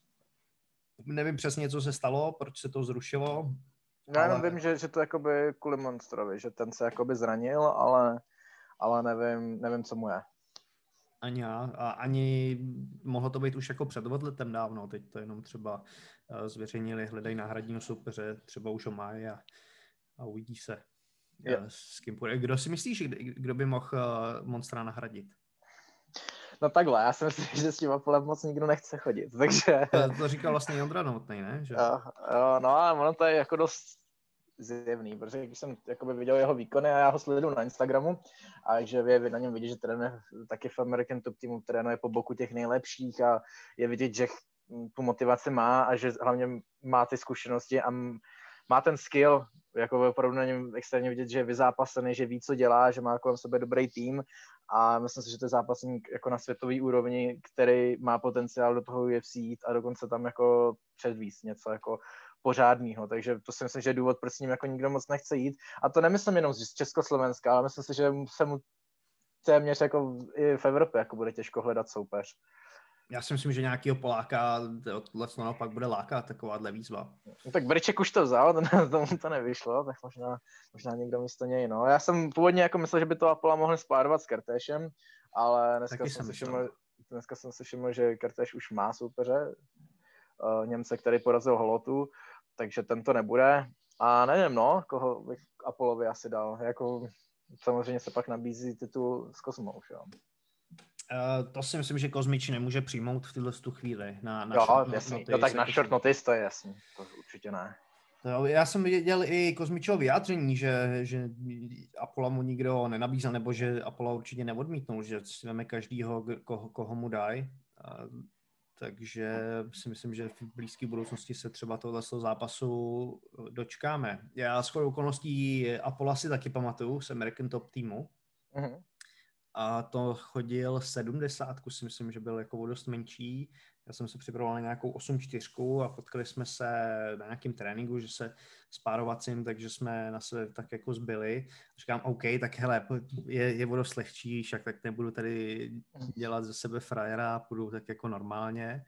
Nevím přesně, co se stalo, proč se to zrušilo. Já jenom vím, že to jakoby kvůli Monstrovi, že ten se jakoby zranil, ale nevím, co mu je. Ani já. A ani mohlo to být už jako před odletem dávno, teď to jenom třeba zveřejnili, hledají náhradního soupeře, třeba už ho mají a uvidí se, s kým půjde. Kdo si myslíš, kdo by mohl Monstra nahradit? No takhle, já si myslím, že s tím Apolem moc nikdo nechce chodit, takže... To říkal vlastně Ondra Novotnej, ne? Že? Jo, no ale ono to je jako dost zjevný, protože když jsem jakoby viděl jeho výkony a já ho sleduju na Instagramu, a že je na něm vidět, že trénuje taky v American Top Teamu, trénuje po boku těch nejlepších a je vidět, že tu motivaci má a že hlavně má ty zkušenosti a má ten skill, jako opravdu na něm extrémně vidět, že je vyzápasený, že ví, co dělá, že má kolem sebe dobrý tým a myslím si, že to je zápasník jako na světový úrovni, který má potenciál do toho UFC jít a dokonce tam jako předvíst něco jako pořádného, takže to si myslím, že je důvod, proč s ním jako nikdo moc nechce jít. A to nemyslím jenom z Československa, ale myslím si, že se mu téměř jako i v Evropě jako bude těžko hledat soupeř. Já si myslím, že nějakýho Poláka tohle naopak bude lákat, takováhle výzva. No, tak Brček už to vzal, tomu to nevyšlo, tak možná někdo místo něj, no. Já jsem původně jako myslel, že by to Apola mohli spárovat s Kertéšem, ale dneska jsem si všiml, že Kertéš už má soupeře, Němce, který porazil Holotu, takže ten to nebude. A nevím, no, koho bych Apolovi asi dal. Jako, samozřejmě se pak nabízí titul s Kozmou, jo. To si myslím, že Kozmič nemůže přijmout v této chvíli. Jo, jasný. No tak na short notice to je jasný. To určitě ne. Já jsem viděl i Kozmičovo vyjádření, že Apola mu nikdo nenabízel, nebo že Apola určitě neodmítnul, že si veme každýho, koho mu dají. Takže si myslím, že v blízké budoucnosti se třeba tohle zápasu dočkáme. Já shodou okolností Apola si taky pamatuju z American Top týmu. Mm-hmm. A to chodil 70, si myslím, že byl jako dost menší. Já jsem se připravoval na nějakou 8-4 a potkali jsme se na nějakém tréninku, že se spárovacím, takže jsme na sebe tak jako zbyli. Říkám, OK, tak hele, je dost lehčí, však tak nebudu tady dělat ze sebe frajera, půjdu tak jako normálně.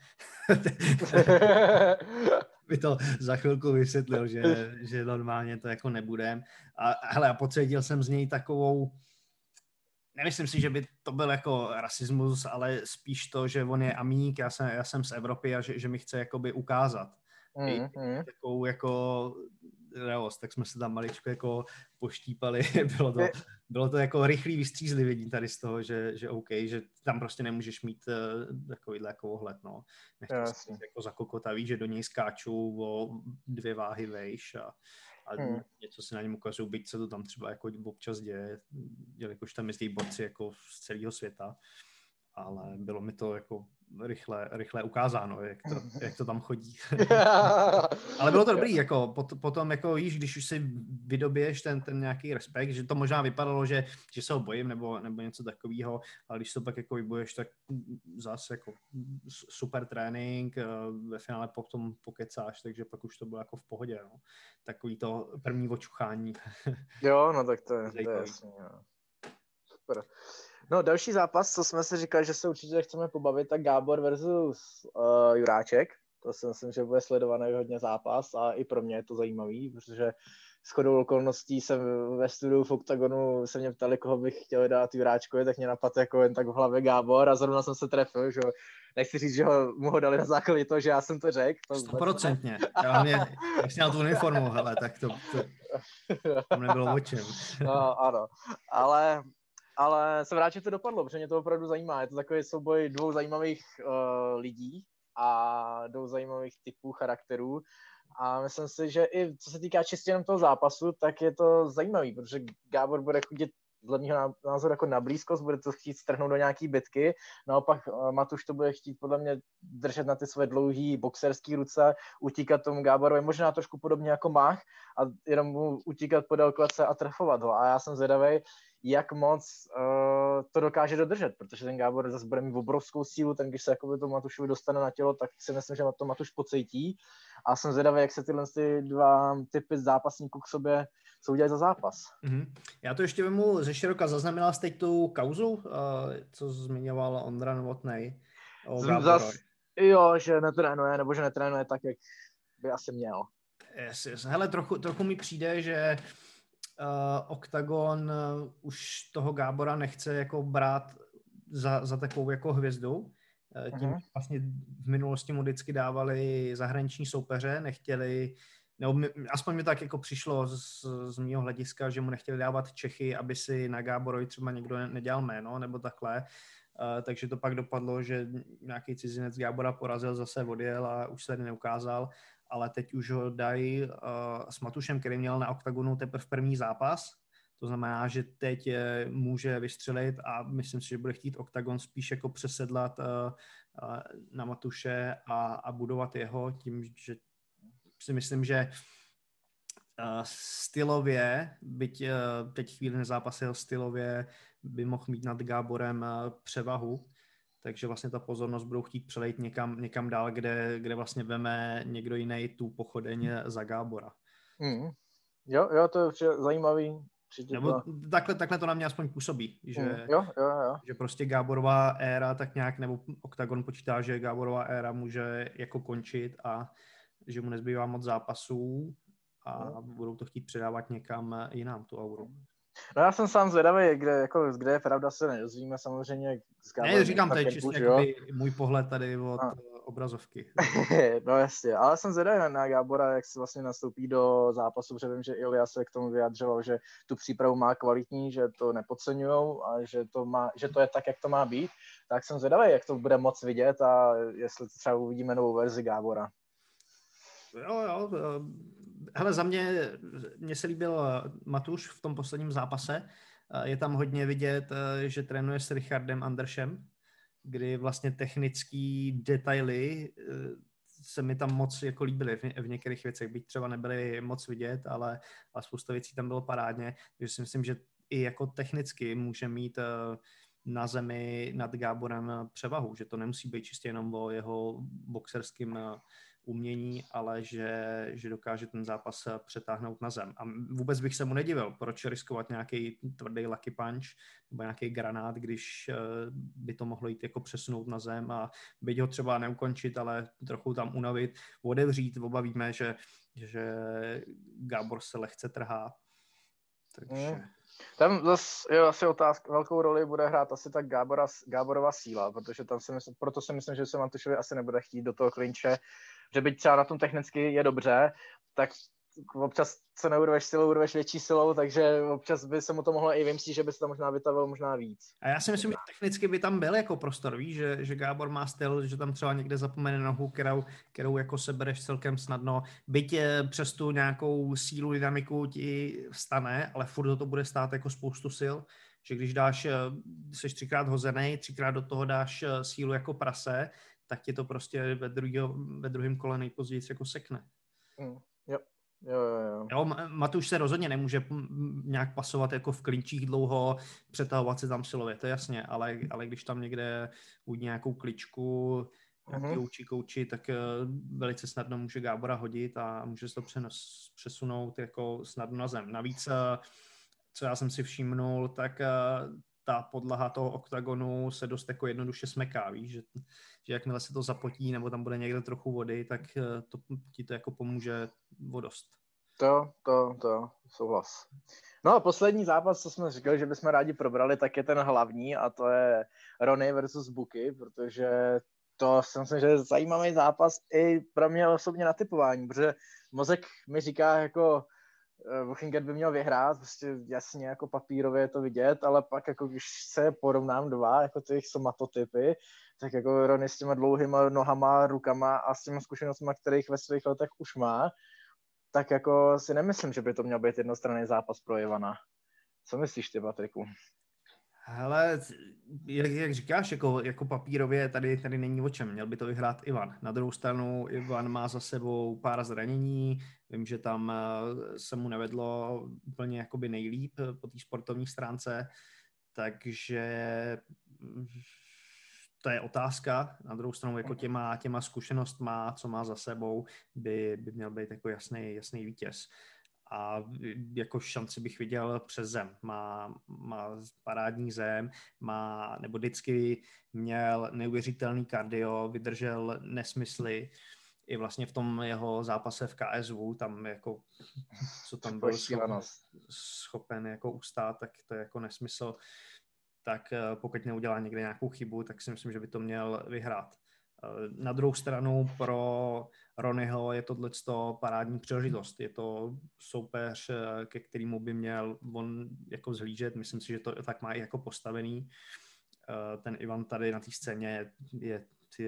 By to za chvilku vysvětlil, že normálně to jako nebudem. A hele, a pocítil jsem z něj takovou, nemyslím si, že by to byl jako rasismus, ale spíš to, že on je amík, já jsem z Evropy a že mi chce jakoby ukázat. Takovou jako reost, tak jsme se tam maličko jako poštípali. Bylo to jako rychlý vystřízlivění tady z toho, že OK, že tam prostě nemůžeš mít takovýhle jako ohled, no. Nechtěl jsem se jako zakokotavý, že do něj skáču o 2 váhy vejš a něco si na něm ukazují, byť se to tam třeba jako občas děje, jakož tam jezdí borci jako z celého světa, ale bylo mi to jako rychle ukázáno, jak to tam chodí. Ale bylo to dobrý, jako potom jako víš, když už si vydoběješ ten nějaký respekt, že to možná vypadalo, že se ho bojím nebo něco takového, ale když to pak jako vyboješ, tak zase jako super trénink, ve finále potom pokecáš, takže pak už to bylo jako v pohodě, no. Takový to první očuchání. Jo, no tak to je jasný, no. Super. No, další zápas, co jsme si říkali, že se určitě chceme pobavit, tak Gábor versus Juráček. To si myslím, že bude sledovaný hodně zápas a i pro mě je to zajímavý, protože shodou okolností jsem ve studiu v Octagonu se mě ptali, koho bych chtěl dát Juráčkovi, tak mě napadl jako jen tak v hlavě Gábor a zrovna jsem se trefil, že nechci říct, že mu ho dali na základě toho, že já jsem to řekl. 100%. Jak jsi měl tu uniformu, hele, tak to tam nebylo o čem. No, ano, ale jsem rád, že to dopadlo, protože mě to opravdu zajímá. Je to takový souboj 2 zajímavých lidí a 2 zajímavých typů charakterů. A myslím si, že i co se týká čistě jenom toho zápasu, tak je to zajímavý, protože Gábor bude chodit dle mého názoru jako na blízkost, bude to chtít strhnout do nějaký bitky, naopak Matuš to bude chtít podle mě držet na ty své dlouhý boxerský ruce, utíkat tomu Gáborovi, možná trošku podobně jako Mach a jenom mu utíkat podél klece a trefovat ho. A já jsem zvědavý, jak moc to dokáže dodržet, protože ten Gábor zase bude mít obrovskou sílu, ten když se jakoby to Matušovi dostane na tělo, tak si myslím, že to Matuš pocítí a jsem zvědavý, jak se tyhle 2 typy zápasníků k sobě soudělají za zápas. Mm-hmm. Já to ještě vemu ze široka. Zaznamenal jste teď tu kauzu, co zmiňoval Ondra Novotnej o Gáborovi? Jo, že netrénuje, nebo že netrénuje tak, jak by asi měl. Yes. Hele, trochu mi přijde, že Octagon už toho Gábora nechce jako brát za takovou jako hvězdu. Tím vlastně v minulosti mu vždycky dávali zahraniční soupeře, nechtěli, nebo aspoň mi tak jako přišlo z mého hlediska, že mu nechtěli dávat Čechy, aby si na Gáborovi třeba někdo nedělal jméno, nebo takhle. Takže to pak dopadlo, že nějaký cizinec Gábora porazil, zase odjel a už se tady neukázal, ale teď už ho dají s Matušem, který měl na Octagonu teprve první zápas. To znamená, že teď může vystřelit a myslím si, že bude chtít Octagon spíš jako přesedlat na Matuše a budovat jeho tím, že si myslím, že stylově, byť teď chvíli nezápasil stylově, by mohl mít nad Gáborem převahu. Takže vlastně ta pozornost budou chtít přelejt někam dál, kde vlastně veme někdo jiný tu pochodeň za Gábora. Jo, to je zajímavý. Nebo takhle to na mě aspoň působí, že, jo. že prostě Gáborová éra tak nějak, nebo Octagon počítá, že Gáborová éra může jako končit a že mu nezbývá moc zápasů a budou to chtít předávat někam jinam, tu auru. No já jsem sám zvědavý, kde je pravda, se nedozvíme samozřejmě. Ne, říkám tady čistě jakoby můj pohled tady od obrazovky. No jasně, ale jsem zvědavý na Gábora, jak se vlastně nastoupí do zápasu, protože vím, že Ilja se k tomu vyjadřoval, že tu přípravu má kvalitní, že to nepodceňujou a že to je tak, jak to má být. Tak jsem zvědavý, jak to bude moc vidět a jestli třeba uvidíme novou verzi Gábora. Jo. Hele, za mně se líbil Matuš v tom posledním zápase. Je tam hodně vidět, že trénuje s Richardem Andersem, kdy vlastně technický detaily se mi tam moc jako líbily v některých věcech, byť třeba nebyly moc vidět, ale spousta věcí tam bylo parádně, takže si myslím, že i jako technicky může mít na zemi nad Gáborem převahu, že to nemusí být čistě jenom o jeho boxerským umění, ale že dokáže ten zápas přetáhnout na zem. A vůbec bych se mu nedivil, proč riskovat nějaký tvrdý lucky punch nebo nějaký granát, když by to mohlo jít jako přesunout na zem a byť ho třeba neukončit, ale trochu tam unavit, odevřít. Oba víme, že Gábor se lehce trhá. Takže... Tam zase je asi otázka, velkou roli bude hrát asi tak Gáborova síla, protože tam proto si myslím, že se Matušovi asi nebude chtít do toho klinče, že byť třeba na tom technicky je dobře, tak občas se neurveš silou, urveš větší silou, takže občas by se mu to mohlo i vymstít, že by se to možná vytavil možná víc. A já si myslím, že technicky by tam byl jako prostor, víš, že Gábor má styl, že tam třeba někde zapomene nohu, kterou jako sebereš celkem snadno, byť přes tu nějakou sílu, dynamiku ti vstane, ale furt to bude stát jako spoustu sil, že když seš 3krát hozenej, 3krát do toho dáš sílu jako prase, tak ti to prostě ve druhém kole nejpozději jako sekne. Jo, Matuš se rozhodně nemůže nějak pasovat jako v klinčích dlouho, přetahovat se tam silově, to je jasně, ale když tam někde uvidí nějakou kličku, nějaký kouči, tak velice snadno může Gábora hodit a může se to přesunout jako snadno na zem. Navíc, co já jsem si všimnul, tak ta podlaha toho oktagonu se dost jako jednoduše smeká, víš, že jakmile se to zapotí nebo tam bude někde trochu vody, tak ti to jako pomůže vodost. To, souhlas. No a poslední zápas, co jsme říkali, že bychom rádi probrali, tak je ten hlavní a to je Ronny versus Buki, protože to si myslím, že je zajímavý zápas i pro mě osobně na typování, protože mozek mi říká jako Buchinget by měl vyhrát, prostě jasně jako papírově je to vidět, ale pak jako když se porovnám dva, jako těch somatotypy, tak jako Ronny s těma dlouhýma nohama, rukama a s těma zkušenostmi, kterých ve svých letech už má, tak jako si nemyslím, že by to měl být jednostranný zápas pro Ivana. Co myslíš ty, Patriku? Hele, jak říkáš, jako papírově tady není o čem. Měl by to vyhrát Ivan. Na druhou stranu Ivan má za sebou pár zranění. Vím, že tam se mu nevedlo úplně jakoby nejlíp po té sportovní stránce. Takže to je otázka. Na druhou stranu jako těma zkušenostma, co má za sebou, by měl být jako jasný vítěz. A jako šanci bych viděl přes zem. Má parádní zem, nebo vždycky měl neuvěřitelný kardio, vydržel nesmysly. I vlastně v tom jeho zápase v KSV, tam jako, co tam byl schopen jako ustát, tak to je jako nesmysl. Tak pokud neudělá někde nějakou chybu, tak si myslím, že by to měl vyhrát. Na druhou stranu pro Ronnyho je tohleto parádní příležitost. Je to soupeř, ke kterému by měl on jako zhlížet. Myslím si, že to tak má i jako postavený. Ten Ivan tady na té scéně je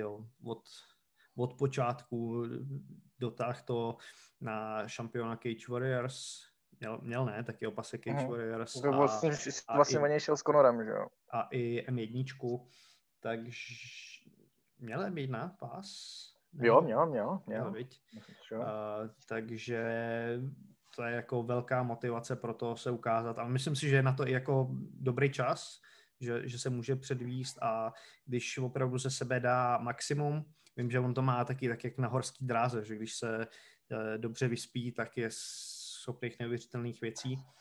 od počátku dotáhl to na šampiona Cage Warriors. Měl ne, taky opasek Cage Warriors. Vlastně o něj šel s Conorem, že jo? A i M1, takže měl M1 pás? Jo, měl. Takže to je jako velká motivace pro to se ukázat, ale myslím si, že je na to i jako dobrý čas, že se může předvíst a když opravdu se sebe dá maximum, vím, že on to má taky tak jak na horský dráze, že když se dobře vyspí, tak je schopných neuvěřitelných věcí,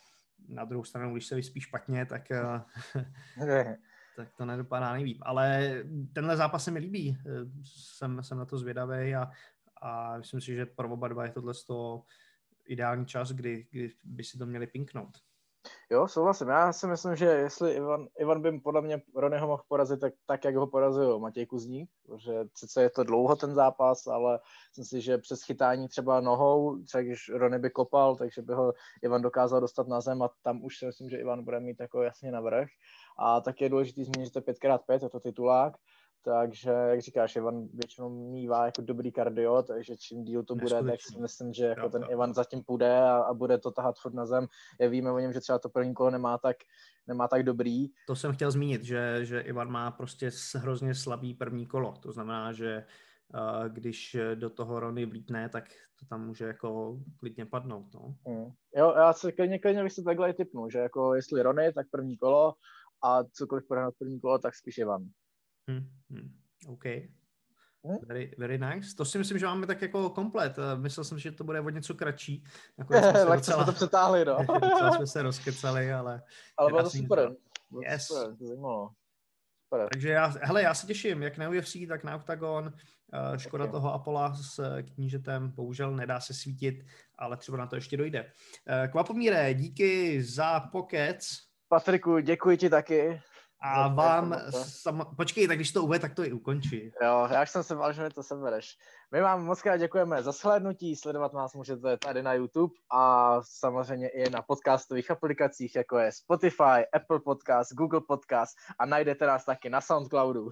na druhou stranu, když se vyspí špatně, tak tak to nedopadá nejlíp. Ale tenhle zápas se mi líbí. Jsem na to zvědavý a myslím si, že pro oba dva je tohle ideální čas, kdy by si to měli pinknout. Jo, souhlasím. Já si myslím, že jestli Ivan by podle mě Ronnyho mohl porazit, tak jak ho porazil Matěj Kuzník, že sice je to dlouho ten zápas, ale myslím si, že přes chytání třeba nohou, třeba když Ronny by kopal, takže by ho Ivan dokázal dostat na zem a tam už si myslím, že Ivan bude mít jako jasně navrch. A tak je důležitý zmínit, že to je 5x5, je to titulák, takže, jak říkáš, Ivan většinou mívá jako dobrý kardio, takže čím díl to bude, tak si myslím, že jako ten Ivan zatím půjde a bude to tahat furt na zem. Jak víme o něm, že třeba to první kolo nemá tak dobrý. To jsem chtěl zmínit, že Ivan má prostě hrozně slabý první kolo. To znamená, že když do toho Ronny vlítne, tak to tam může jako klidně padnout. No. Jo, já si klidně bych si takhle i tipnul, že jako jestli Ronny, tak první kolo a cokoliv pořád první kolo, tak spíš Ivan. OK. Very nice. To si myslím, že máme tak jako komplet. Myslel jsem, že to bude o něco kratší. Tak jsme to přetáhli, no. Docela jsme se rozkecali, ale bylo to super. Yes. Super, to zajímalo. Super. Takže já se těším, jak na UFC, tak na Octagon. Škoda toho Apolla s knížetem, bohužel nedá se svítit, ale třeba na to ještě dojde. Kvapomíre, díky za pokec. Patriku, děkuji ti taky. A vám, počkej, tak když to uvede, tak to i ukončí. Jo, já už jsem se bál, že mi to sebereš. My vám moc krát děkujeme za shlédnutí, sledovat nás můžete tady na YouTube a samozřejmě i na podcastových aplikacích, jako je Spotify, Apple Podcast, Google Podcast a najdete nás taky na Soundcloudu.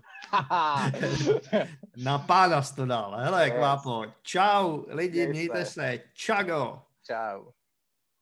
Na pána to dal, hele, Kvápo. Čau, lidi, mějte se. Čago. Čau.